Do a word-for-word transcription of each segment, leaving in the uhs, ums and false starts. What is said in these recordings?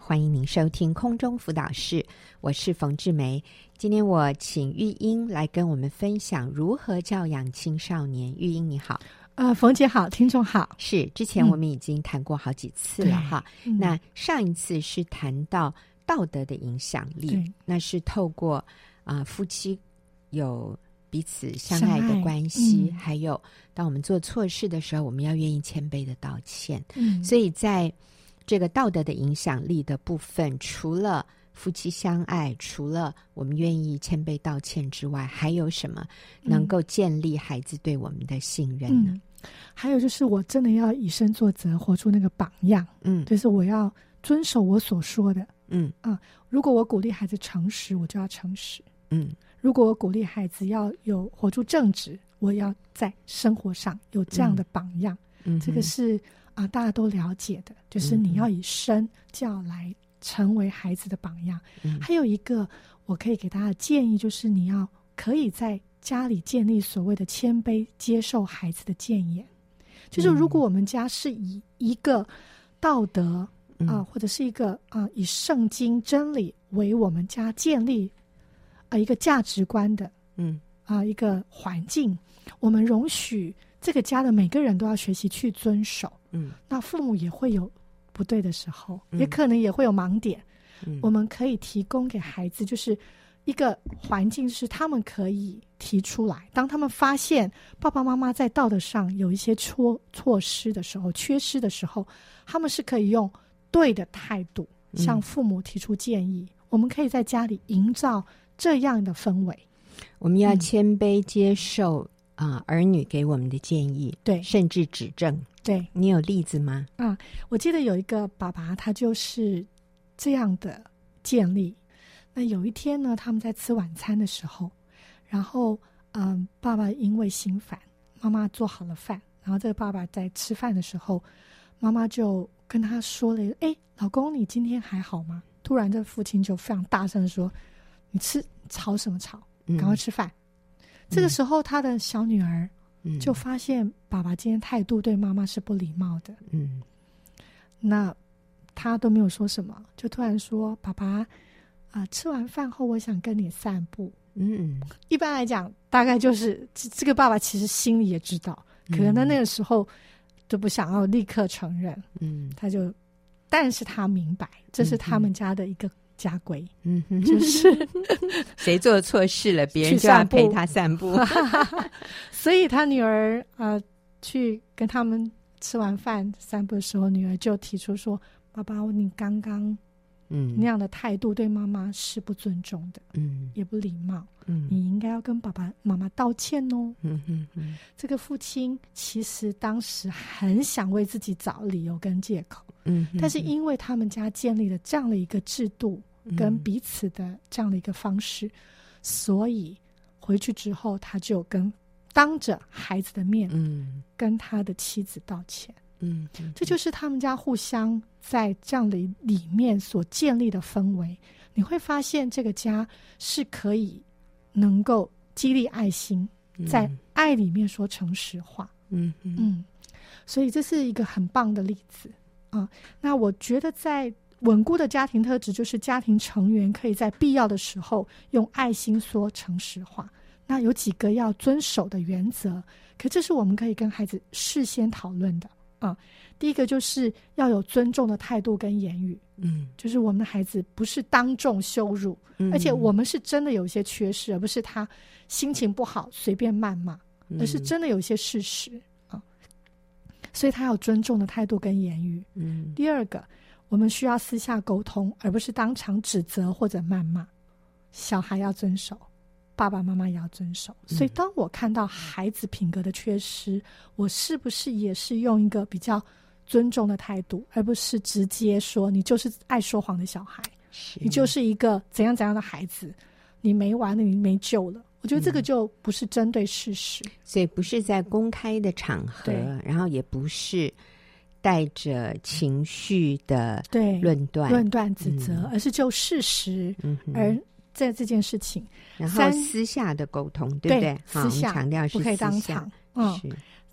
欢迎您收听空中辅导室，我是冯志梅。今天我请玉英来跟我们分享如何教养青少年。玉英你好。 呃，冯姐好，听众好。 是，之前我们已经谈过好几次了、嗯、哈、嗯。那上一次是谈到道德的影响力，那是透过啊、呃、夫妻有彼此相爱的关系、嗯、还有当我们做错事的时候，我们要愿意谦卑的道歉。嗯，所以在这个道德的影响力的部分，除了夫妻相爱，除了我们愿意谦卑道歉之外，还有什么能够建立孩子对我们的信任呢？ 嗯，还有就是我真的要以身作则，活出那个榜样。嗯，就是我要遵守我所说的。嗯啊，如果我鼓励孩子诚实，我就要诚实。嗯，如果我鼓励孩子要有活出正直，我要在生活上有这样的榜样。嗯，这个是啊、呃、大家都了解的，就是你要以身教来成为孩子的榜样。嗯，还有一个我可以给大家的建议，就是你要可以在家里建立所谓的谦卑接受孩子的谏言。就是如果我们家是以一个道德啊、呃，或者是一个啊、呃、以圣经真理为我们家建立啊、呃、一个价值观的嗯啊、呃、一个环境，我们容许这个家的每个人都要学习去遵守。嗯，那父母也会有不对的时候、嗯、也可能也会有盲点、嗯、我们可以提供给孩子就是一个环境，是他们可以提出来，当他们发现爸爸妈妈在道德上有一些错错失的时候，缺失的时候，他们是可以用对的态度向父母提出建议、嗯、我们可以在家里营造这样的氛围。 我们要谦卑接受、嗯呃、儿女给我们的建议， 对， 甚至指正。 对， 你有例子吗？ 啊，我记得有一个爸爸，他就是这样的建立。那有一天呢，他们在吃晚餐的时候，然后嗯，爸爸因为心烦，妈妈做好了饭，然后这个爸爸在吃饭的时候，妈妈就跟他说了：“哎，老公，你今天还好吗？”突然，这父亲就非常大声的说：“你吃吵什么吵？赶快吃饭！”嗯、这个时候，他的小女儿就发现爸爸今天态度对妈妈是不礼貌的。嗯，那他都没有说什么，就突然说：“爸爸啊、呃，吃完饭后，我想跟你散步。”嗯，一般来讲，大概就是这个爸爸其实心里也知道，可能在那个时候都不想要立刻承认。嗯，他就，但是他明白这是他们家的一个家规。嗯，就是谁做错事了，别人就要陪他散步。 所以他女儿啊、呃，去跟他们吃完饭散步的时候，女儿就提出说：“爸爸，你刚刚。”嗯，那样的态度对妈妈是不尊重的，嗯，也不礼貌，嗯，你应该要跟爸爸妈妈道歉哦。嗯嗯嗯，这个父亲其实当时很想为自己找理由跟借口，嗯，但是因为他们家建立了这样的一个制度跟彼此的这样的一个方式，嗯、所以回去之后他就跟当着孩子的面，嗯，跟他的妻子道歉。嗯，这就是他们家互相在这样的里面所建立的氛围。你会发现这个家是可以能够激励爱心，在爱里面说诚实话。嗯 嗯, 嗯，所以这是一个很棒的例子啊。那我觉得在稳固的家庭特质，就是家庭成员可以在必要的时候用爱心说诚实话。那有几个要遵守的原则，可这是我们可以跟孩子事先讨论的。啊、嗯，第一个就是要有尊重的态度跟言语，嗯，就是我们的孩子不是当众羞辱，嗯、而且我们是真的有一些缺失，而不是他心情不好随便谩骂，而是真的有一些事实啊、嗯，所以他有尊重的态度跟言语。嗯，第二个，我们需要私下沟通，而不是当场指责或者谩骂，小孩要遵守。爸爸妈妈也要遵守，所以当我看到孩子品格的缺失，我是不是也是用一个比较尊重的态度，而不是直接说你就是爱说谎的小孩，你就是一个怎样怎样的孩子，你没完了，你没救了。我觉得这个就不是针对事实、嗯、 所以不是在公开的场合，然后也不是带着情绪的论断论断指责、嗯、而是就事实、嗯、而在这件事情， 然后私下的沟通，对不对？ 私下强调是不可以当场。嗯，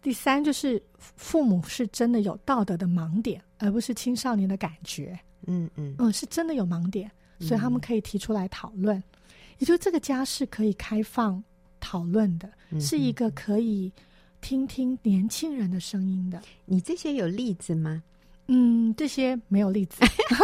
第三就是父母是真的有道德的盲点，而不是青少年的感觉。 嗯嗯嗯，是真的有盲点，所以他们可以提出来讨论。嗯、也就是这个家是可以开放讨论的，嗯、是一个可以听听年轻人的声音的。 你这些有例子吗？ 嗯，这些没有例子。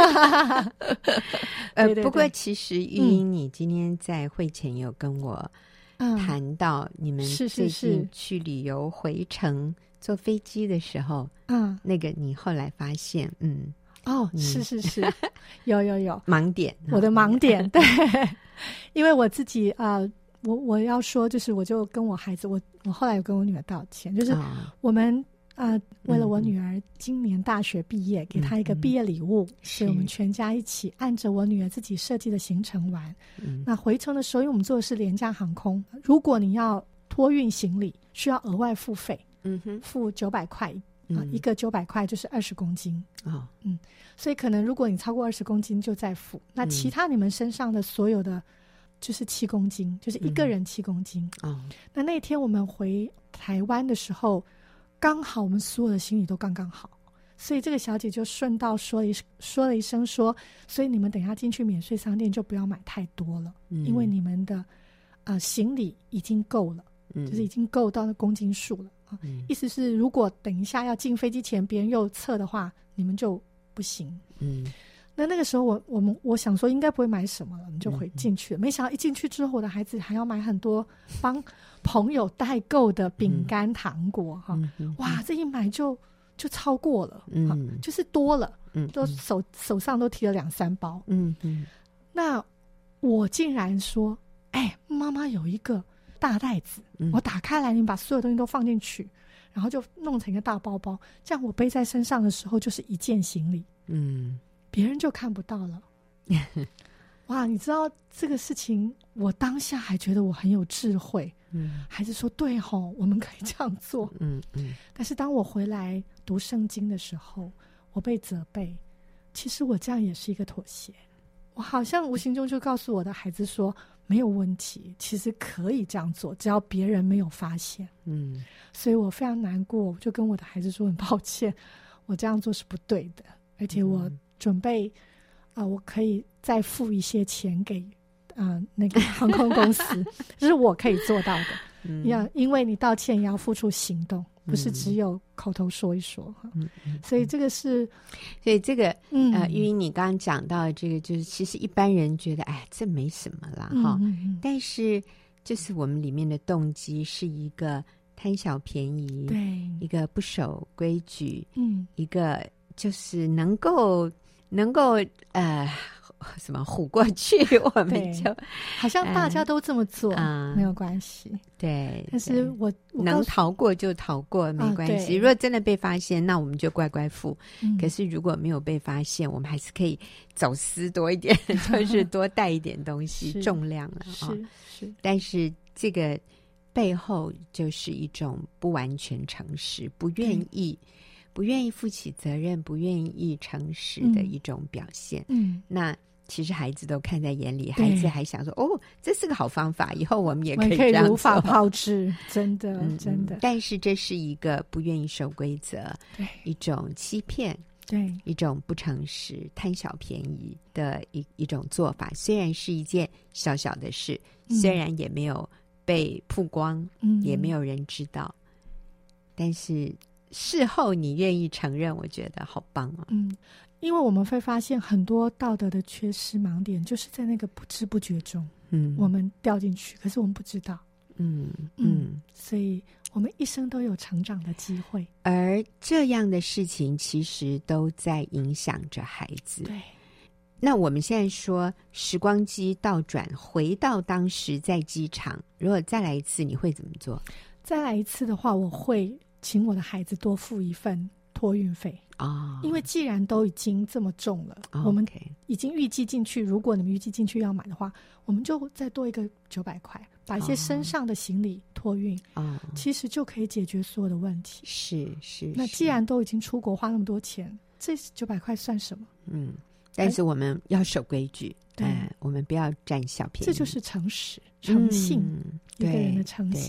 呃，对对对，不过其实玉英，你今天在会前有跟我谈到你们最近去旅游回程坐飞机的时候，嗯，那个你后来发现，嗯， 哦，嗯、是是是，有有有盲点， 我的盲点，对，因为我自己啊、呃，我我要说，就是我就跟我孩子，我我后来有跟我女儿道歉，就是我们。哦呃，为了我女儿今年大学毕业，嗯、给她一个毕业礼物，嗯、是我们全家一起按着我女儿自己设计的行程玩。嗯、那回程的时候，因为我们坐的是廉价航空，如果你要托运行李，需要额外付费，嗯哼，付九百块，嗯、呃，一个九百块就是二十公斤哦，嗯，所以可能如果你超过二十公斤就再付，那其他你们身上的所有的就是七公斤，就是一个人七公斤。哦、嗯，那那天我们回台湾的时候。刚好我们所有的行李都刚刚好，所以这个小姐就顺道说了一说了一声说，所以你们等一下进去免税商店就不要买太多了，嗯、因为你们的呃行李已经够了，嗯、就是已经够到那公斤数了啊。嗯、意思是如果等一下要进飞机前别人又测的话，你们就不行。嗯，那那个时候我我们我想说应该不会买什么了，我们就回进去了。嗯、没想到一进去之后，我的孩子还要买很多帮朋友代购的饼干糖果哈，嗯嗯、哇，这一买就就超过了，嗯，就是多了，嗯，都手手上都提了两三包，嗯嗯。那我竟然说，哎，妈妈有一个大袋子，嗯、我打开来，你把所有东西都放进去，然后就弄成一个大包包，这样我背在身上的时候就是一件行李，嗯，别人就看不到了。哇，你知道这个事情，我当下还觉得我很有智慧。嗯，孩子说对吼，我们可以这样做。嗯嗯。但是当我回来读圣经的时候，我被责备，其实我这样也是一个妥协。我好像无形中就告诉我的孩子说，没有问题，其实可以这样做，只要别人没有发现。嗯。所以我非常难过，我就跟我的孩子说很抱歉，我这样做是不对的，而且我准备啊、呃，我可以再付一些钱给。啊、呃，那个航空公司，这是我可以做到的。嗯、要因为你道歉，也要付出行动，不是只有口头说一说。嗯嗯、所以这个是， 所以这个，嗯、呃，因为你刚刚讲到的这个，就是其实一般人觉得，哎，这没什么啦，哈、嗯嗯。但是，就是我们里面的动机是一个贪小便宜， 对， 一个不守规矩，嗯，一个就是能够能够呃。什么唬过去，我们就好像大家都这么做，嗯、没有关系。 对， 但是我, 我能逃过就逃过，没关系。啊、如果真的被发现，那我们就乖乖付。嗯、可是如果没有被发现，我们还是可以走私多一点，就是多带一点东西，重量了啊。 是是， 但是这个背后就是一种不完全诚实，不愿意。不愿意负起责任，不愿意诚实的一种表现。嗯，那其实孩子都看在眼里，孩子还想说：“哦，这是个好方法，以后我们也可以这样做。” 如法炮制，真的，嗯、真的。 但是这是一个不愿意守规则， 对一种欺骗， 对一种不诚实、贪小便宜的一一种做法。虽然是一件小小的事，嗯、虽然也没有被曝光，嗯、也没有人知道，但是。事后你愿意承认，我觉得好棒哦。 嗯，因为我们会发现很多道德的缺失盲点，就是在那个不知不觉中，嗯，我们掉进去，可是我们不知道。嗯嗯，所以我们一生都有成长的机会， 而这样的事情其实都在影响着孩子。 对， 那我们现在说时光机倒转，回到当时在机场，如果再来一次，你会怎么做？ 再来一次的话，我会。请我的孩子多付一份托运费啊， oh. 因为既然都已经这么重了， oh, okay. 我们已经预计进去，如果你们预计进去要买的话，我们就再多一个九百块，把一些身上的行李托运啊， oh. 其实就可以解决所有的问题。 是是， 那既然都已经出国花那么多钱，这九百块算什么？ 嗯，但是我们要守规矩，对、呃，我们不要占小便宜， 这就是诚实、诚信、嗯，一个人的诚信。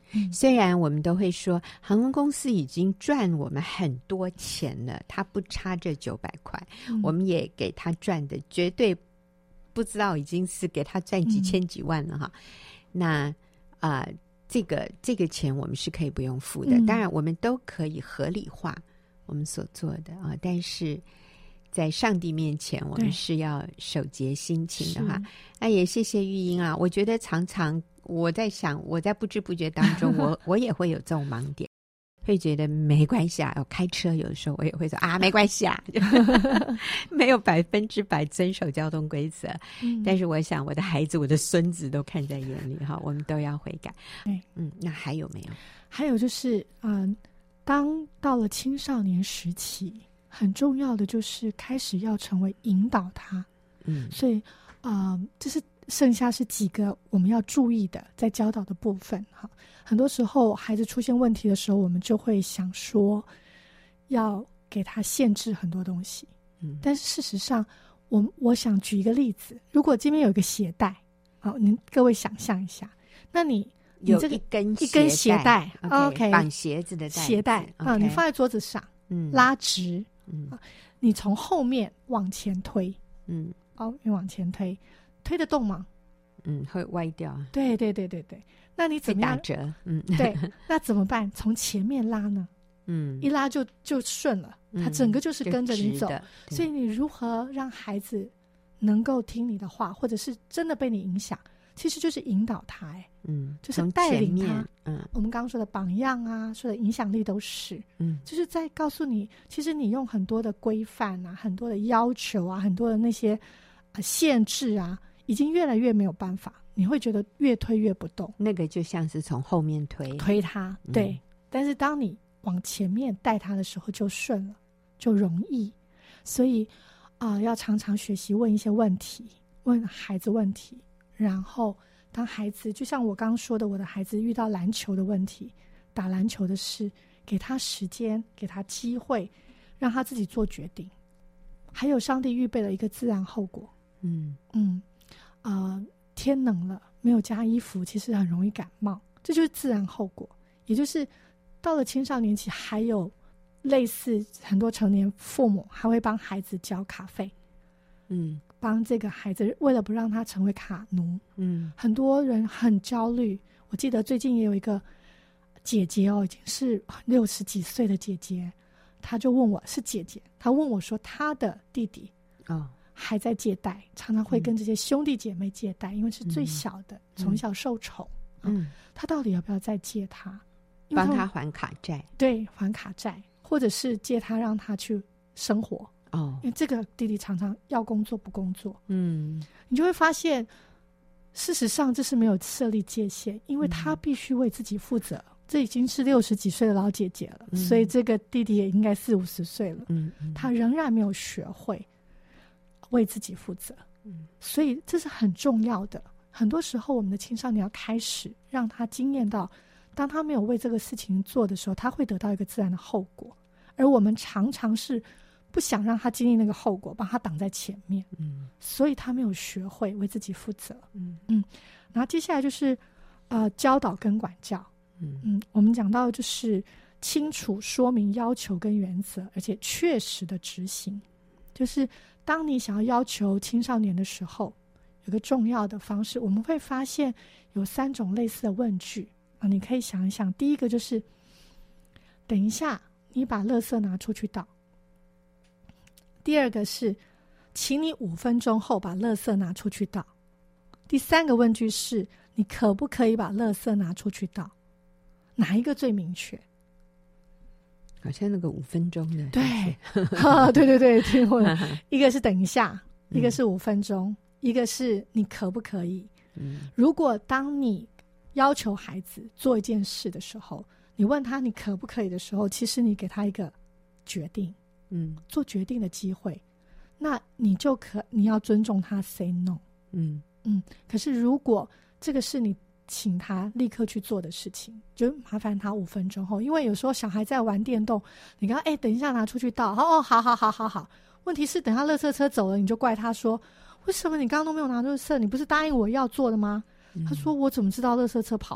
嗯，虽然我们都会说航空公司已经赚我们很多钱了，他不差这九百块，嗯，我们也给他赚的绝对不知道已经是给他赚几千几万了哈。嗯，那啊、呃，这个这个钱我们是可以不用付的，嗯，当然我们都可以合理化我们所做的啊，但是在上帝面前我们是要守节心情的话，那也谢谢玉英啊。我觉得常常我在想，我在不知不觉当中我我也会有这种盲点，会觉得没关系啊。我开车有的时候我也会说啊没关系啊没有百分之百遵守交通规则，嗯，但是我想我的孩子我的孙子都看在眼里哈，我们都要悔改。嗯，那还有没有？ 还有就是嗯、呃，当到了青少年时期，很重要的就是开始要成为引导他。嗯，所以呃，这是剩下是几个我们要注意的在教导的部分哈。很多时候孩子出现问题的时候，我们就会想说要给他限制很多东西。嗯，但是事实上我我想举一个例子，如果这边有一个鞋带，好，您各位想象一下，那你你这个有一根一根鞋带 ，OK， 绑鞋子的带鞋带啊， okay， 你放在桌子上，嗯，拉直，嗯，你从后面往前推，嗯，哦，你往前推，推得动吗？ 嗯，会歪掉。 对对对对对，那你怎么样？ 会打折，嗯， 对，那怎么办？从前面拉呢？嗯，一拉就就顺了，它整个就是跟着你走。嗯，所以你如何让孩子能够听你的话，或者是真的被你影响？其实就是引导他，哎，嗯，就是带领他。嗯，我们刚刚说的榜样啊，说的影响力都是，嗯，就是在告诉你，其实你用很多的规范啊，很多的要求啊，很多的那些、呃、限制啊，已经越来越没有办法，你会觉得越推越不动。 那个就像是从后面推推他，对。嗯，但是当你往前面带他的时候，就顺了，就容易。所以啊、呃，要常常学习问一些问题，问孩子问题。然后当孩子就像我刚刚说的，我的孩子遇到篮球的问题，打篮球的事，给他时间，给他机会，让他自己做决定。还有上帝预备了一个自然后果。嗯嗯呃，天冷了没有加衣服，其实很容易感冒，这就是自然后果。也就是到了青少年期，还有类似很多成年父母还会帮孩子交卡费。嗯，帮这个孩子，为了不让他成为卡奴，嗯，很多人很焦虑。我记得最近也有一个姐姐哦，已经是六十几岁的姐姐，她就问我，是姐姐，她问我说，她的弟弟哦还在借贷，常常会跟这些兄弟姐妹借贷，嗯，因为是最小的，嗯，从小受宠，嗯，他到底要不要再借他， 帮他还卡债？对， 还卡债，或者是借他让他去生活。哦，因为这个弟弟常常要工作不工作，嗯，你就会发现，事实上这是没有设立界限，因为他必须为自己负责。嗯，这已经是六十几岁的老姐姐了，嗯，所以这个弟弟也应该四五十岁了，嗯嗯，他仍然没有学会为自己负责，嗯，所以这是很重要的。很多时候，我们的青少年要开始让他经验到，当他没有为这个事情做的时候，他会得到一个自然的后果，而我们常常是不想让他经历那个后果，把他挡在前面，嗯，所以他没有学会为自己负责，嗯嗯。然后接下来就是呃教导跟管教，嗯嗯，我们讲到就是清楚说明要求跟原则，而且确实的执行。就是当你想要要求青少年的时候，有个重要的方式，我们会发现有三种类似的问句啊，你可以想一想。第一个就是等一下你把垃圾拿出去倒。第二个是请你五分钟后把垃圾拿出去倒。第三个问句是你可不可以把垃圾拿出去倒？哪一个最明确？ 好像那个五分钟的， 对，啊，对对对，听过了。一个是等一下，一个是五分钟，嗯，一个是你可不可以。嗯，如果当你要求孩子做一件事的时候，你问他你可不可以的时候，其实你给他一个决定，嗯，做决定的机会，那你就可你要尊重他 say no， 嗯嗯。可是如果这个是你请他立刻去做的事情，就麻烦他五分钟后，因为有时候小孩在玩电动，你跟他哎，等一下拿出去倒，哦，好好好好好。问题是等他垃圾车走了，你就怪他说，为什么你刚刚都没有拿垃圾？你不是答应我要做的吗？嗯，他说我怎么知道垃圾车跑了？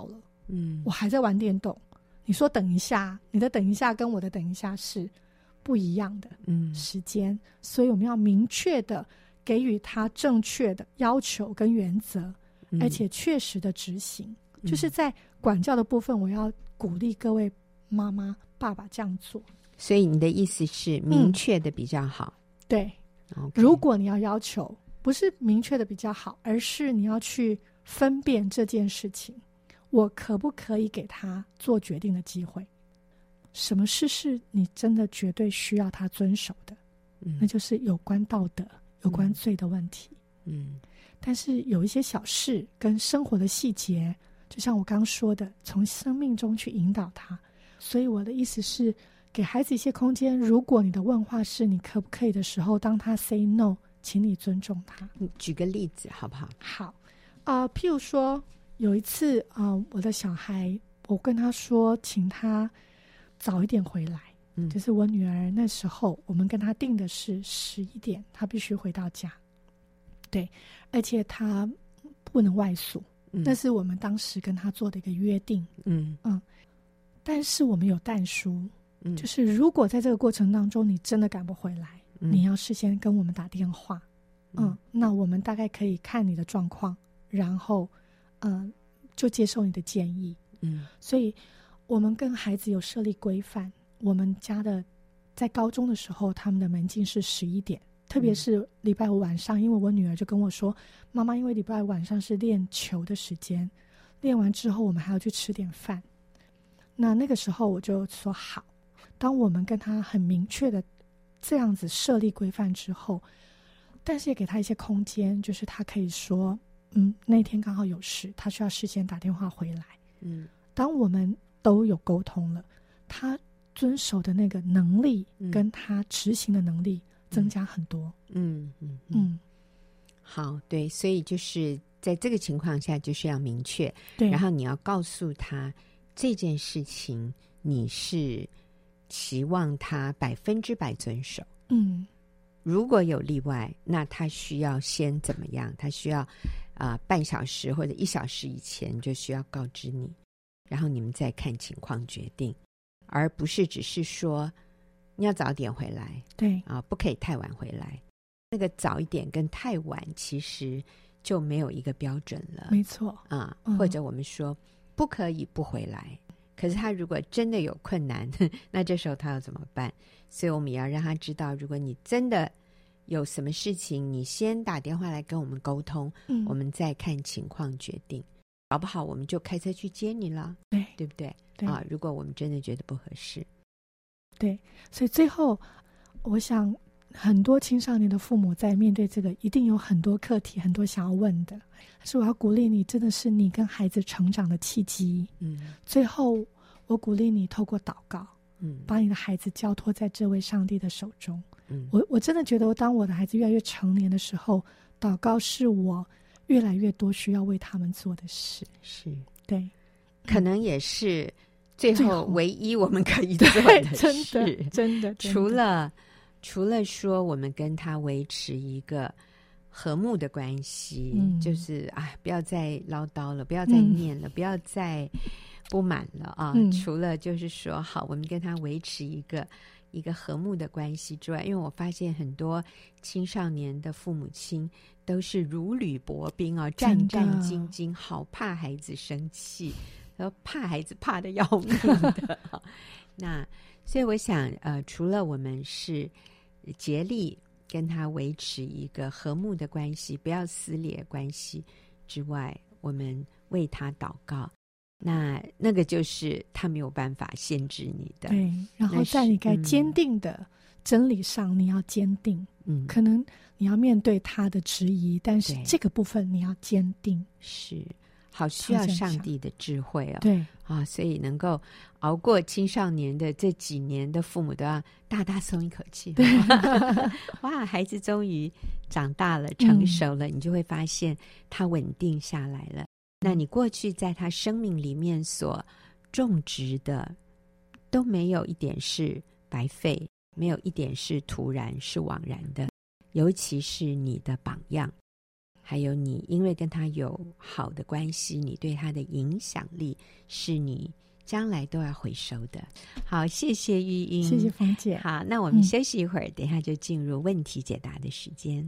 嗯，我还在玩电动。你说等一下，你的等一下跟我的等一下是不一样的时间，嗯，所以我们要明确的给予他正确的要求跟原则，嗯，而且确实的执行，嗯，就是在管教的部分，我要鼓励各位妈妈爸爸这样做。 所以你的意思是明确的比较好？ 嗯，对。 Okay. 如果你要要求，不是明确的比较好，而是你要去分辨这件事情，我可不可以给他做决定的机会？什么事是你真的绝对需要他遵守的？嗯，那就是有关道德、有关罪的问题。嗯，但是有一些小事跟生活的细节，就像我刚说的，从生命中去引导他。所以我的意思是，给孩子一些空间。如果你的问话是你可不可以的时候，当他 say no， 请你尊重他。 你举个例子好不好？ 好，啊、呃，譬如说有一次啊、呃，我的小孩，我跟他说，请他早一点回来。嗯，就是我女儿那时候，我们跟他定的是十一点，他必须回到家。对，而且他不能外宿，嗯，那是我们当时跟他做的一个约定。嗯嗯，但是我们有但书。嗯，就是如果在这个过程当中你真的赶不回来，嗯，你要事先跟我们打电话。嗯, 嗯，那我们大概可以看你的状况，然后嗯、呃，就接受你的建议。嗯，所以我们跟孩子有设立规范。我们家的在高中的时候，他们的门禁是十一点，特别是礼拜五晚上，因为我女儿就跟我说，妈妈，因为礼拜五晚上是练球的时间，练完之后我们还要去吃点饭。那那个时候我就说好。当我们跟他很明确的这样子设立规范之后，但是也给他一些空间，就是他可以说，嗯，那天刚好有事，他需要事先打电话回来。嗯，当我们都有沟通了，他遵守的那个能力跟他执行的能力增加很多。嗯嗯 嗯, 嗯， 好，对，所以就是在这个情况下，就是要明确， 对， 然后你要告诉他这件事情你是期望他百分之百遵守。嗯，如果有例外，那他需要先怎么样？他需要啊、呃、半小时或者一小时以前就需要告知你，然后你们再看情况决定，而不是只是说你要早点回来。 对啊，不可以太晚回来。那个早一点跟太晚其实就没有一个标准了。 没错啊、嗯，或者我们说不可以不回来。可是他如果真的有困难，那这时候他要怎么办？所以我们也要让他知道，如果你真的有什么事情，你先打电话来跟我们沟通，嗯，我们再看情况决定，搞不好我们就开车去接你了， 对对不对？ 对啊，如果我们真的觉得不合适， 对，所以最后我想很多青少年的父母在面对这个一定有很多课题，很多想要问的，但是我要鼓励你，真的是你跟孩子成长的契机。嗯，最后我鼓励你透过祷告，嗯，把你的孩子交托在这位上帝的手中。嗯，我我真的觉得当我的孩子越来越成年的时候，祷告是我越来越多需要为他们做的事。 是， 对， 可能也是最后唯一我们可以做的事。 真的真的， 除了除了说我们跟他维持一个和睦的关系，嗯，就是哎，不要再唠叨了，不要再念了，嗯，不要再不满了啊，嗯！除了就是说好，我们跟他维持一个一个和睦的关系之外，因为我发现很多青少年的父母亲都是如履薄冰啊，战战兢兢，好怕孩子生气，然后怕孩子怕得要命的。那所以我想，呃，除了我们是竭力跟他维持一个和睦的关系，不要撕裂关系之外，我们为他祷告。那那个就是他没有办法限制你的。 对，然后在你该坚定的真理上，你要坚定。嗯，可能你要面对他的质疑，但是这个部分你要坚定。 是，好需要上帝的智慧哦。 对啊，所以能够熬过青少年的这几年的父母都要大大松一口气。 对， 哇，孩子终于长大了，成熟了，嗯，你就会发现他稳定下来了。那你过去在他生命里面所种植的都没有一点是白费，没有一点是突然是枉然的，尤其是你的榜样， 还有你因为跟他有好的关系，你对他的影响力是你将来都要回收的。好，谢谢玉英， 谢谢冯姐。 好，那我们休息一会儿，嗯、等一下就进入问题解答的时间。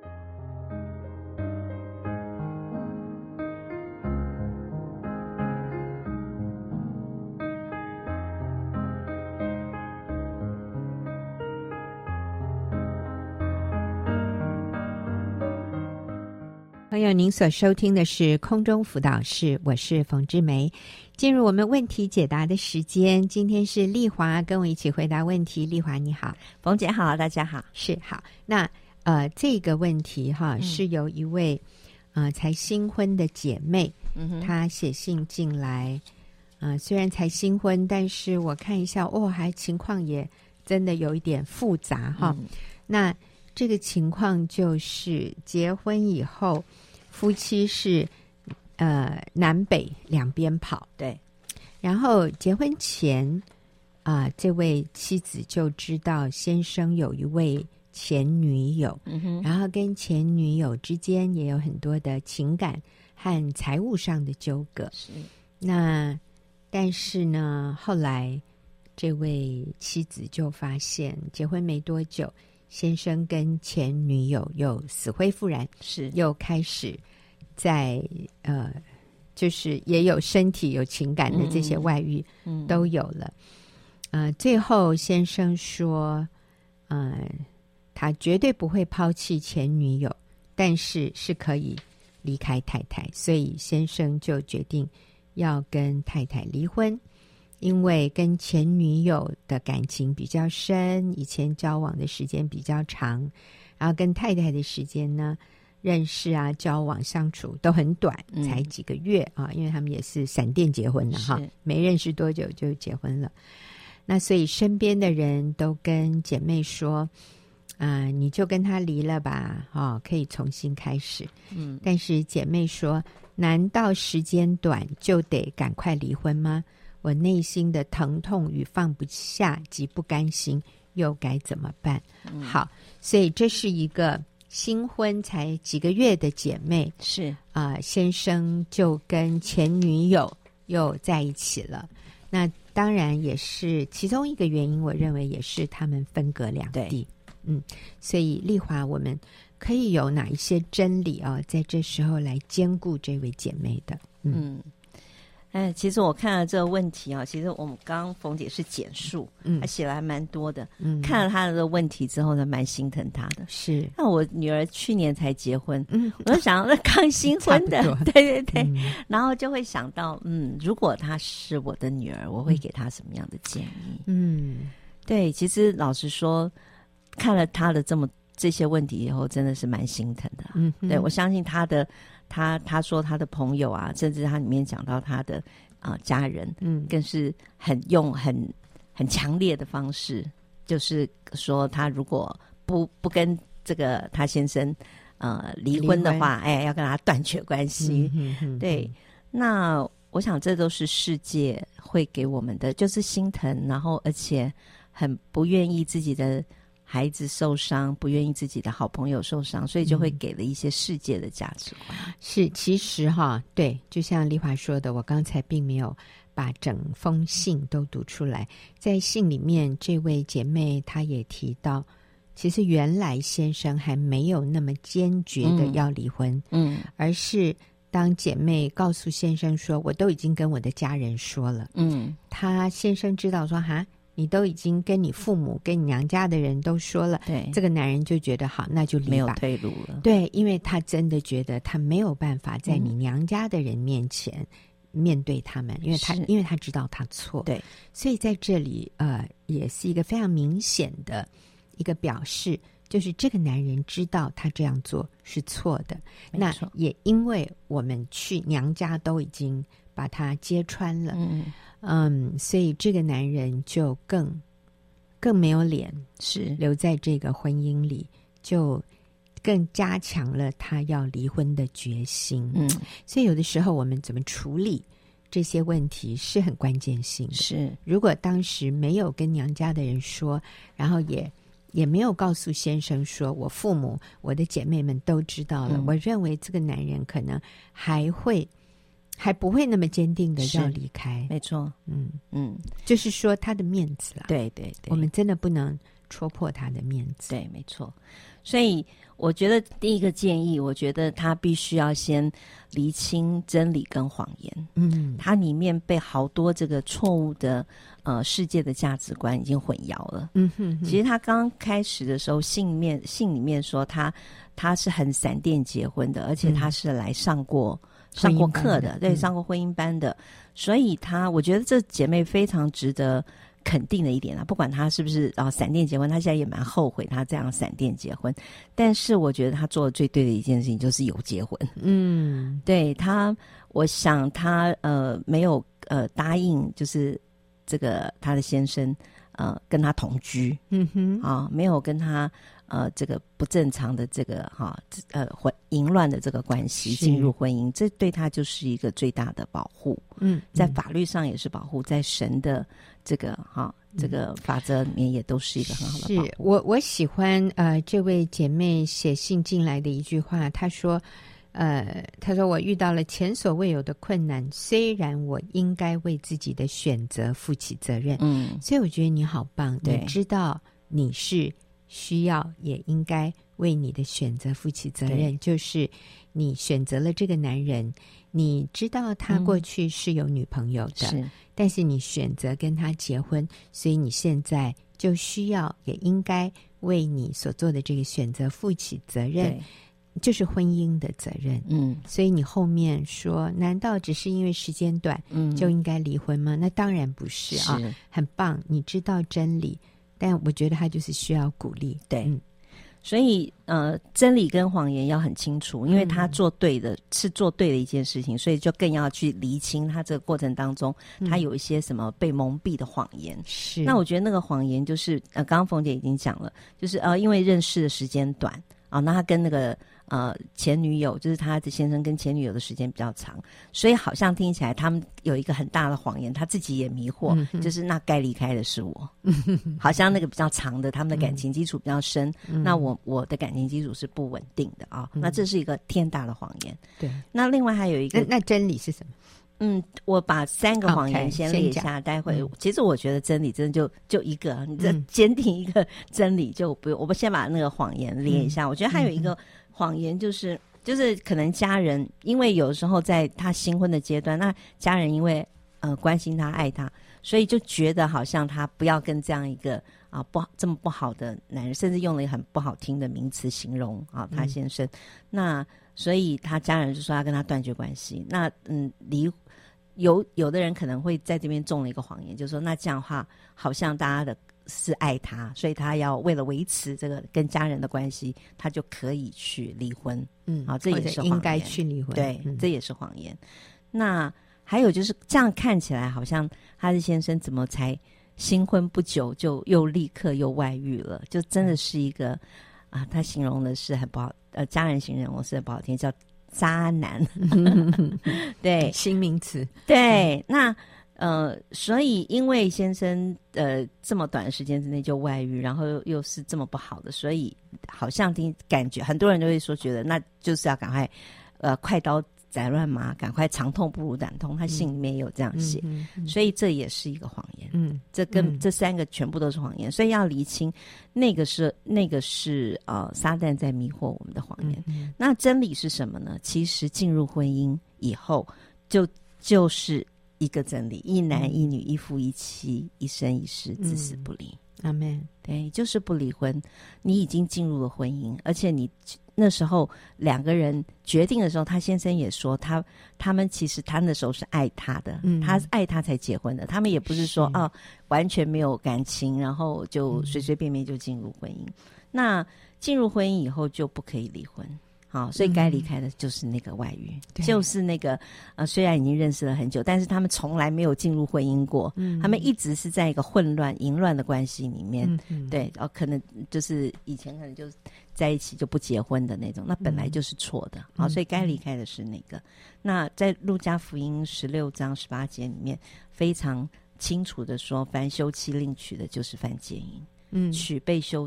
朋友，您所收听的是空中辅导室，我是冯志梅。进入我们问题解答的时间，今天是丽华跟我一起回答问题。丽华你好。 冯姐好，大家好。 是，好，那呃这个问题哈、嗯、是由一位呃才新婚的姐妹，嗯，她写信进来，呃虽然才新婚，但是我看一下哦，还情况也真的有一点复杂哈、嗯。那这个情况就是结婚以后，夫妻是呃南北两边跑， 对。 然后结婚前啊、呃，这位妻子就知道先生有一位前女友，嗯哼，然后跟前女友之间也有很多的情感和财务上的纠葛。 是。 那但是呢，后来这位妻子就发现，结婚没多久，先生跟前女友又死灰复燃， 是又开始在呃，就是也有身体有情感的这些外遇，嗯，都有了。呃，最后先生说，呃，他绝对不会抛弃前女友，但是是可以离开太太，所以先生就决定要跟太太离婚。因为跟前女友的感情比较深，以前交往的时间比较长，然后跟太太的时间呢，认识啊、交往、相处都很短，嗯、才几个月啊，因为他们也是闪电结婚了哈，没认识多久就结婚了。那所以身边的人都跟姐妹说，啊、呃，你就跟他离了吧，哦，可以重新开始。嗯，但是姐妹说，难道时间短就得赶快离婚吗？我内心的疼痛与放不下及不甘心又该怎么办？嗯、好，所以这是一个新婚才几个月的姐妹， 是啊、呃，先生就跟前女友又在一起了。那当然也是其中一个原因，我认为也是他们分隔两地。嗯，所以丽华，我们可以有哪一些真理啊、哦，在这时候来兼顾这位姐妹的？嗯。 嗯哎，其实我看了这个问题啊，其实我们刚刚冯姐是简述，嗯，她写了还蛮多的，嗯，看了她的这个问题之后呢，蛮心疼她的。 是， 那我女儿去年才结婚，嗯，我就想那刚新婚的，对对对、嗯，然后就会想到，嗯，如果她是我的女儿，我会给她什么样的建议？嗯，对，其实老实说，看了她的这么这些问题以后，真的是蛮心疼的。嗯，对，我相信她的。他他说他的朋友啊，甚至他里面讲到他的啊、呃、家人，嗯，更是很用很很强烈的方式，就是说他如果不不跟这个他先生呃离婚的话，哎，要跟他断绝关系。嗯、哼哼对，那我想这都是世界会给我们的，就是心疼，然后而且很不愿意自己的孩子受伤，不愿意自己的好朋友受伤，所以就会给了一些世界的价值观。 嗯、是，其实哈，对，就像丽华说的，我刚才并没有把整封信都读出来。在信里面，这位姐妹她也提到，其实原来先生还没有那么坚决的要离婚，嗯，嗯而是当姐妹告诉先生说，我都已经跟我的家人说了，嗯，他先生知道说，哈。你都已经跟你父母、跟你娘家的人都说了， 对， 这个男人就觉得好，那就离吧， 没有退路了。 对，因为他真的觉得他没有办法在你娘家的人面前面对他们，嗯、因为他因为他知道他错， 对， 所以在这里呃，也是一个非常明显的一个表示，就是这个男人知道他这样做是错的。那也因为我们去娘家都已经把他揭穿了，嗯。嗯，所以这个男人就更更没有脸， 是留在这个婚姻里，就更加强了他要离婚的决心。嗯，所以有的时候我们怎么处理这些问题是很关键性的。 是， 如果当时没有跟娘家的人说，然后也也没有告诉先生说我父母我的姐妹们都知道了、嗯、我认为这个男人可能还会还不会那么坚定的要离开。 没错，嗯嗯， 就是说他的面子啦， 对对对， 我们真的不能戳破他的面子。 对，没错。所以我觉得第一个建议，我觉得他必须要先厘清真理跟谎言。嗯，它里面被好多这个错误的呃世界的价值观已经混淆了。嗯哼哼，其实他刚开始的时候，信里面信里面说他他是很闪电结婚的，而且他是来上过、嗯、上过课的，对，上过婚姻班的。嗯、所以他我觉得这姐妹非常值得肯定的一点啊，不管他是不是啊闪电结婚，他现在也蛮后悔他这样闪电结婚。但是我觉得他做的最对的一件事情就是有结婚。嗯，对他，我想他呃没有呃答应，就是这个他的先生呃跟他同居，嗯哼，啊没有跟他呃这个不正常的这个哈、啊、呃婚淫乱的这个关系进入婚姻，这对他就是一个最大的保护。嗯，在法律上也是保护，在神的这个哈、啊、这个法则里面也都是一个很好的保护。 是我我喜欢呃这位姐妹写信进来的一句话，她说呃她说我遇到了前所未有的困难，虽然我应该为自己的选择负起责任。嗯，所以我觉得你好棒，你知道你是需要也应该为你的选择负起责任，就是你选择了这个男人，你知道他过去是有女朋友的、嗯、是，但是你选择跟他结婚，所以你现在就需要也应该为你所做的这个选择负起责任，就是婚姻的责任。嗯，所以你后面说难道只是因为时间短、嗯、就应该离婚吗？那当然不是啊，是很棒，你知道真理，但我觉得他就是需要鼓励。 对、嗯，所以呃，真理跟谎言要很清楚，因为他做对的、嗯、是做对的一件事情，所以就更要去厘清他这个过程当中、嗯、他有一些什么被蒙蔽的谎言。是，那我觉得那个谎言就是呃，刚刚冯姐已经讲了，就是呃，因为认识的时间短啊、呃，那他跟那个呃前女友，就是他的先生跟前女友的时间比较长，所以好像听起来他们有一个很大的谎言，他自己也迷惑、嗯、就是那该离开的是我。好像那个比较长的他们的感情基础比较深、嗯、那我我的感情基础是不稳定的啊、嗯，那这是一个天大的谎言。对，那另外还有一个那, 那真理是什么？ 嗯，我把三个谎言先列一下， okay, 待会、嗯、其实我觉得真理真的就就一个，你这坚定一个真理就不用、嗯、我们先把那个谎言列一下、嗯、我觉得还有一个谎言就是就是可能家人，因为有时候在他新婚的阶段，那家人因为呃关心他爱他，所以就觉得好像他不要跟这样一个啊不这么不好的男人，甚至用了一个很不好听的名词形容啊他先生、嗯、那所以他家人就说要跟他断绝关系。那嗯离有有的人可能会在这边中了一个谎言，就是说那这样的话好像大家的是爱他，所以他要为了维持这个跟家人的关系，他就可以去离婚。嗯，好，这也是谎言， 应该去离婚。 对、 嗯， 这也是谎言。那还有就是这样看起来好像他的先生怎么才新婚不久就又立刻又外遇了，就真的是一个啊，他形容的是很不好，呃，家人形容的是很不好听，叫渣男。对， 新名词。 对，嗯、那呃，所以因为先生呃这么短的时间之内就外遇，然后 又, 又是这么不好的，所以好像听感觉很多人都会说，觉得那就是要赶快呃快刀斩乱麻，赶快长痛不如短痛。他心里面有这样写、嗯嗯嗯，所以这也是一个谎言。嗯，这跟、嗯、这三个全部都是谎言，所以要厘清那个是那个是呃撒旦在迷惑我们的谎言、嗯嗯。那真理是什么呢？其实进入婚姻以后，就就是一个真理：一男一女，一夫一妻，一生一世，至死不离。 阿们。 对，就是不离婚。你已经进入了婚姻，而且你那时候两个人决定的时候，他先生也说他他们其实他那时候是爱他的、嗯、他爱他才结婚的，他们也不是说是、哦、完全没有感情，然后就随随便便就进入婚姻、嗯、那进入婚姻以后就不可以离婚。好，所以该离开的就是那个外遇、嗯、就是那个呃，虽然已经认识了很久，但是他们从来没有进入婚姻过、嗯、他们一直是在一个混乱淫乱的关系里面、嗯、对，然后可能就是以前可能就在一起就不结婚的那种，那本来就是错的、嗯、好，所以该离开的是那个、嗯、那在路加福音十六章十八节里面非常清楚的说，凡休妻另娶的就是犯奸淫，嗯，娶被休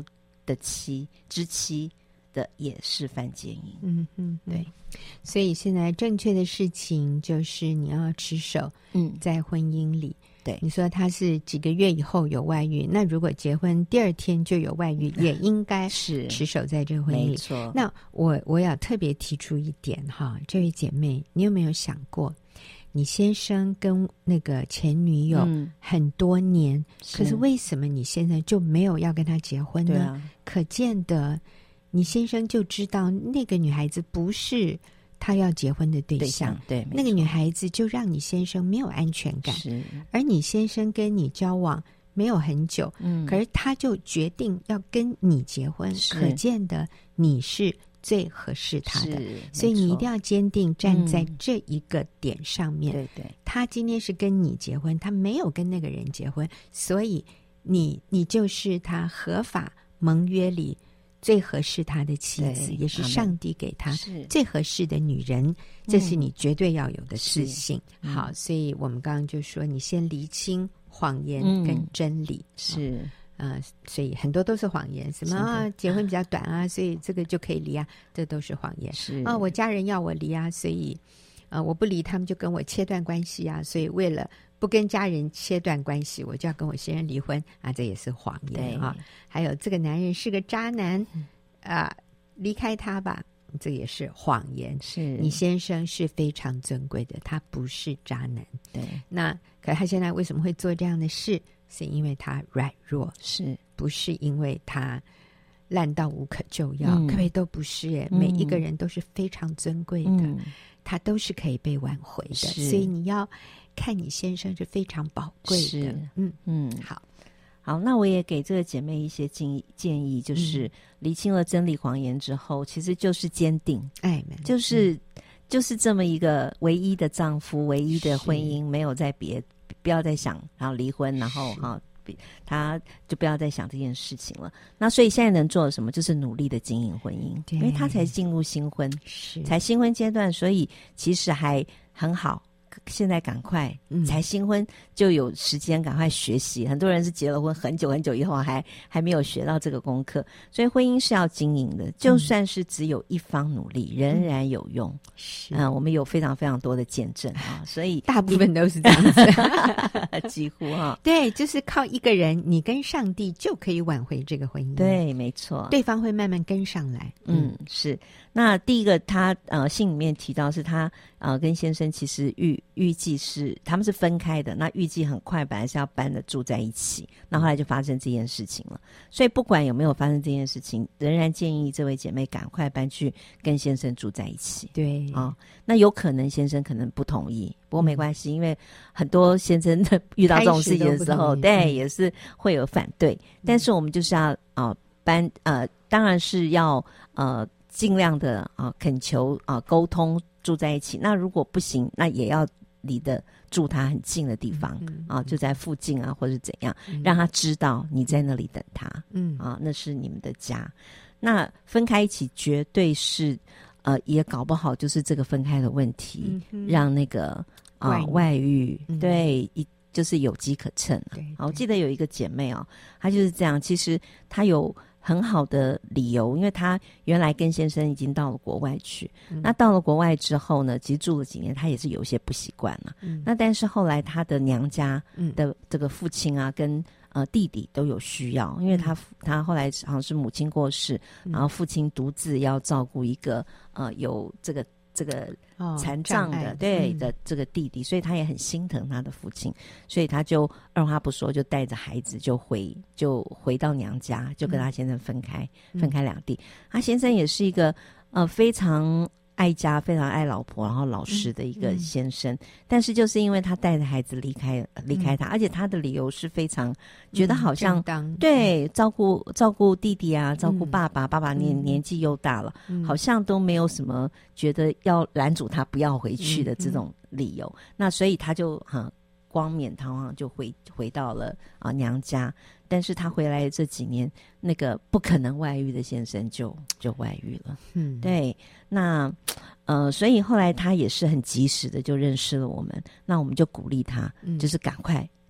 的妻之妻的也是犯奸淫。 嗯嗯， 对。 所以现在正确的事情就是你要持守，嗯，在婚姻里。 对， 你说他是几个月以后有外遇，那如果结婚第二天就有外遇，也应该是持守在这个婚姻里。 没错。 那我我要特别提出一点哈，这位姐妹，你有没有想过，你先生跟那个前女友很多年，嗯、可是为什么你现在就没有要跟他结婚呢？ 对啊、 可见得你先生就知道那个女孩子不是他要结婚的对象， 对象，对， 那个女孩子就让你先生没有安全感， 是。 而你先生跟你交往没有很久，嗯，可是他就决定要跟你结婚，可见的你是最合适他的，所以你一定要坚定站在这一个点上面。 对对， 他今天是跟你结婚，他没有跟那个人结婚，所以你你就是他合法盟约里最合适他的妻子，也是上帝给他最合适的女人，这是你绝对要有的自信。嗯、好，所以我们刚刚就说，你先厘清谎言跟真理。 嗯、是， 呃，所以很多都是谎言，什么啊，结婚比较短啊，所以这个就可以离啊，这都是谎言。 是啊，我家人要我离啊，所以啊、呃，我不离，他们就跟我切断关系啊，所以为了不跟家人切断关系，我就要跟我先生离婚啊，这也是谎言啊。还有这个男人是个渣男啊、呃，离开他吧，这也是谎言。 是你先生是非常尊贵的，他不是渣男。 对， 那可是他现在为什么会做这样的事？是因为他软弱， 是不是因为他烂到无可救药？嗯、可不可以都不是耶、 嗯、 每一个人都是非常尊贵的、嗯，他都是可以被挽回的。所以你要看你先生是非常宝贵的。嗯嗯，好。 好，那我也给这个姐妹一些建议，建议就是厘清了真理谎言之后，其实就是坚定， 哎， 就是、嗯、就是这么一个唯一的丈夫，唯一的婚姻，没有再别不要再想，然后离婚，然后哈，他就不要再想这件事情了。那所以现在能做的什么，就是努力的经营婚姻，因为他才进入新婚， 是才新婚阶段，所以其实还很好。现在赶快，才新婚就有时间赶快学习、嗯、很多人是结了婚很久很久以后还还没有学到这个功课，所以婚姻是要经营的，就算是只有一方努力、嗯、仍然有用。 是、 嗯、我们有非常非常多的见证啊，所以大部分都是这样子几乎哈， 对，就是靠一个人你跟上帝就可以挽回这个婚姻。 对，没错， 对方会慢慢跟上来。 嗯，嗯是。那第一个他呃信里面提到是他呃跟先生其实预预计是他们是分开的，那预计很快本来是要搬的住在一起，那后来就发生这件事情了。所以不管有没有发生这件事情，仍然建议这位姐妹赶快搬去跟先生住在一起。 对啊、哦，那有可能先生可能不同意，不过没关系、嗯、因为很多先生的遇到这种事情的时候，对、嗯、也是会有反对、嗯、但是我们就是要啊、呃、搬呃当然是要呃尽量的啊、呃、恳求啊、呃、沟通住在一起，那如果不行，那也要离的住他很近的地方、嗯嗯、啊，就在附近啊，或者怎样、嗯，让他知道你在那里等他，嗯啊，那是你们的家。那分开一起绝对是呃，也搞不好就是这个分开的问题，嗯、让那个啊、呃、外遇、嗯、对一就是有机可乘啊。啊，我记得有一个姐妹哦，她就是这样，其实她有很好的理由，因为她原来跟先生已经到了国外去、嗯、那到了国外之后呢，其实住了几年她也是有一些不习惯了、嗯、那但是后来她的娘家的这个父亲啊、嗯、跟呃弟弟都有需要，因为她她后来好像是母亲过世、嗯、然后父亲独自要照顾一个呃有这个这个残障的、哦、对、嗯、的这个弟弟，所以他也很心疼他的父亲，所以他就二话不说就带着孩子就回就回到娘家，就跟他先生分开、嗯、分开两地。他先生也是一个呃非常爱家非常爱老婆然后老实的一个先生、嗯嗯、但是就是因为他带着孩子离开离开他、嗯、而且他的理由是非常觉得好像、嗯、对照顾照顾弟弟啊照顾爸爸、嗯、爸爸年、嗯、年纪又大了、嗯、好像都没有什么觉得要拦阻他不要回去的这种理由、嗯嗯、那所以他就很光冕堂皇就回回到了啊、呃、娘家，但是他回来这几年，那个不可能外遇的先生就就外遇了。嗯，对，那呃，所以后来他也是很及时的就认识了我们，那我们就鼓励他，嗯、就是赶快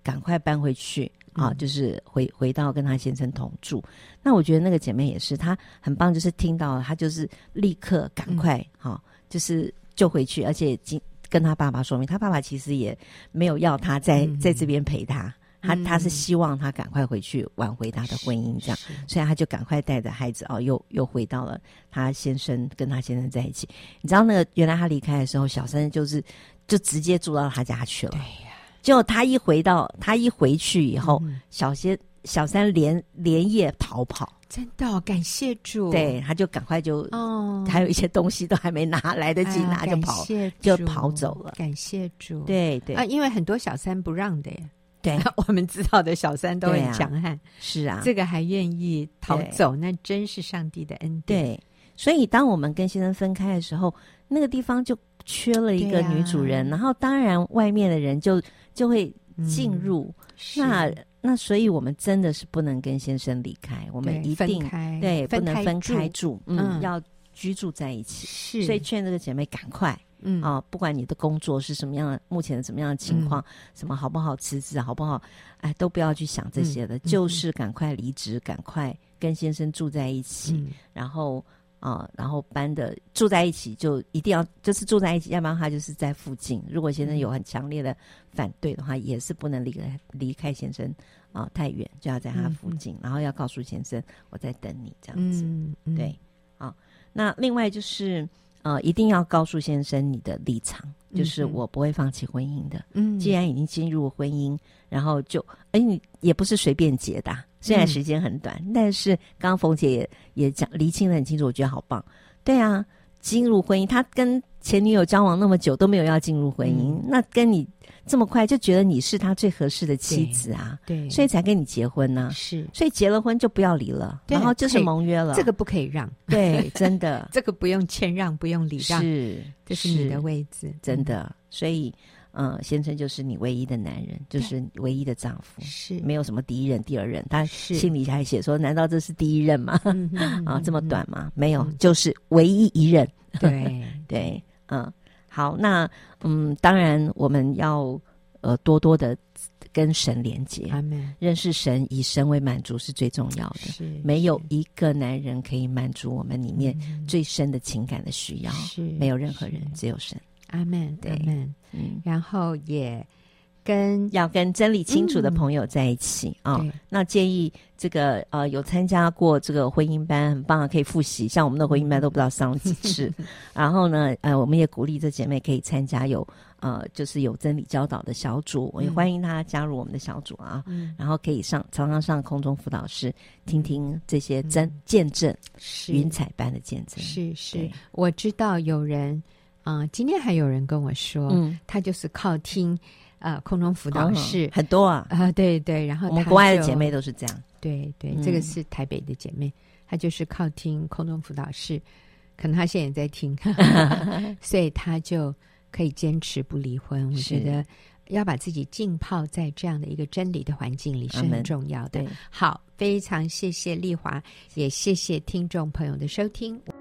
赶快搬回去啊，就是回回到跟她先生同住。那我觉得那个姐妹也是，她很棒，就是听到她就是立刻赶快哈、嗯啊，就是就回去，而且跟她爸爸说明，她爸爸其实也没有要她在、嗯、在这边陪她。他他是希望他赶快回去挽回他的婚姻，这样，所以他就赶快带着孩子哦，又又回到了他先生跟他先生在一起。你知道那个原来他离开的时候，小三就是就直接住到他家去了。对呀，结果他一回到他一回去以后，嗯、小先小三连连夜逃跑。 真的、哦，感谢主。 对，他就赶快就哦，还有一些东西都还没拿，来得及拿就跑，哎、就跑走了。 感谢主。 对对啊，因为很多小三不让的耶。 对， 我们知道的小三都很强悍、啊， 是啊， 这个还愿意逃走，那真是上帝的恩典。 对，所以当我们跟先生分开的时候，那个地方就缺了一个女主人，啊、然后当然外面的人就就会进入。嗯、那那所以我们真的是不能跟先生离开，我们一定分开对分开不能分开住， 住嗯，嗯要居住在一起。 是， 所以劝这个姐妹赶快。嗯啊，不管你的工作是什么样的，目前的什么样的情况，嗯、什么好不好辞职，好不好，哎，都不要去想这些的，嗯、就是赶快离职，赶快跟先生住在一起，嗯、然后啊，然后搬的住在一起就一定要就是住在一起，要不然他就是在附近。如果先生有很强烈的反对的话，也是不能离开离开先生啊太远，就要在他附近，嗯、然后要告诉先生我在等你这样子。嗯嗯、对啊，那另外就是。呃，一定要告诉先生你的立场，就是我不会放弃婚姻的。嗯，既然已经进入婚姻，然后就，哎，你也不是随便结的、啊，虽然时间很短，嗯、但是刚刚冯姐也也讲厘清得很清楚，我觉得好棒。对啊，进入婚姻，他跟前女友交往那么久都没有要进入婚姻，嗯、那跟你这么快就觉得你是他最合适的妻子啊，对，对所以才跟你结婚呢、啊。是，所以结了婚就不要离了，然后就是盟约了， 这个不可以让， 对，真的， 这个不用谦让，不用礼让， 是， 这是你的位置， 真的。所以，嗯、呃，先生就是你唯一的男人，就是唯一的丈夫，是没有什么第一任、第二任。他心里还写说：“难道这是第一任吗？啊，这么短吗？没有，嗯、就是唯一一任。” 对对。嗯，好，那嗯，当然我们要呃多多的跟神连结，认识神，以神为满足是最重要的。是，没有一个男人可以满足我们里面最深的情感的需要，是没有任何人，只有神。 阿们，阿们。嗯，然后也。跟要跟真理清楚的朋友在一起啊、嗯哦，那建议这个呃有参加过这个婚姻班，很棒，可以复习。像我们的婚姻班都不知道上了几次，然后呢，呃，我们也鼓励这姐妹可以参加有呃就是有真理教导的小组，我也欢迎她加入我们的小组啊。嗯、然后可以上常常上空中辅导室，听听这些真、嗯、见证，云彩般的见证。 是是，我知道有人啊、呃，今天还有人跟我说，嗯，他就是靠听。呃，空中辅导室、 哦、很多啊， 啊、呃，对对，然后我们国外的姐妹都是这样， 对对， 嗯、 这个是台北的姐妹，她就是靠听空中辅导室，可能她现在也在听，所以她就可以坚持不离婚。我觉得要把自己浸泡在这样的一个真理的环境里是很重要的。好，非常谢谢丽华，也谢谢听众朋友的收听。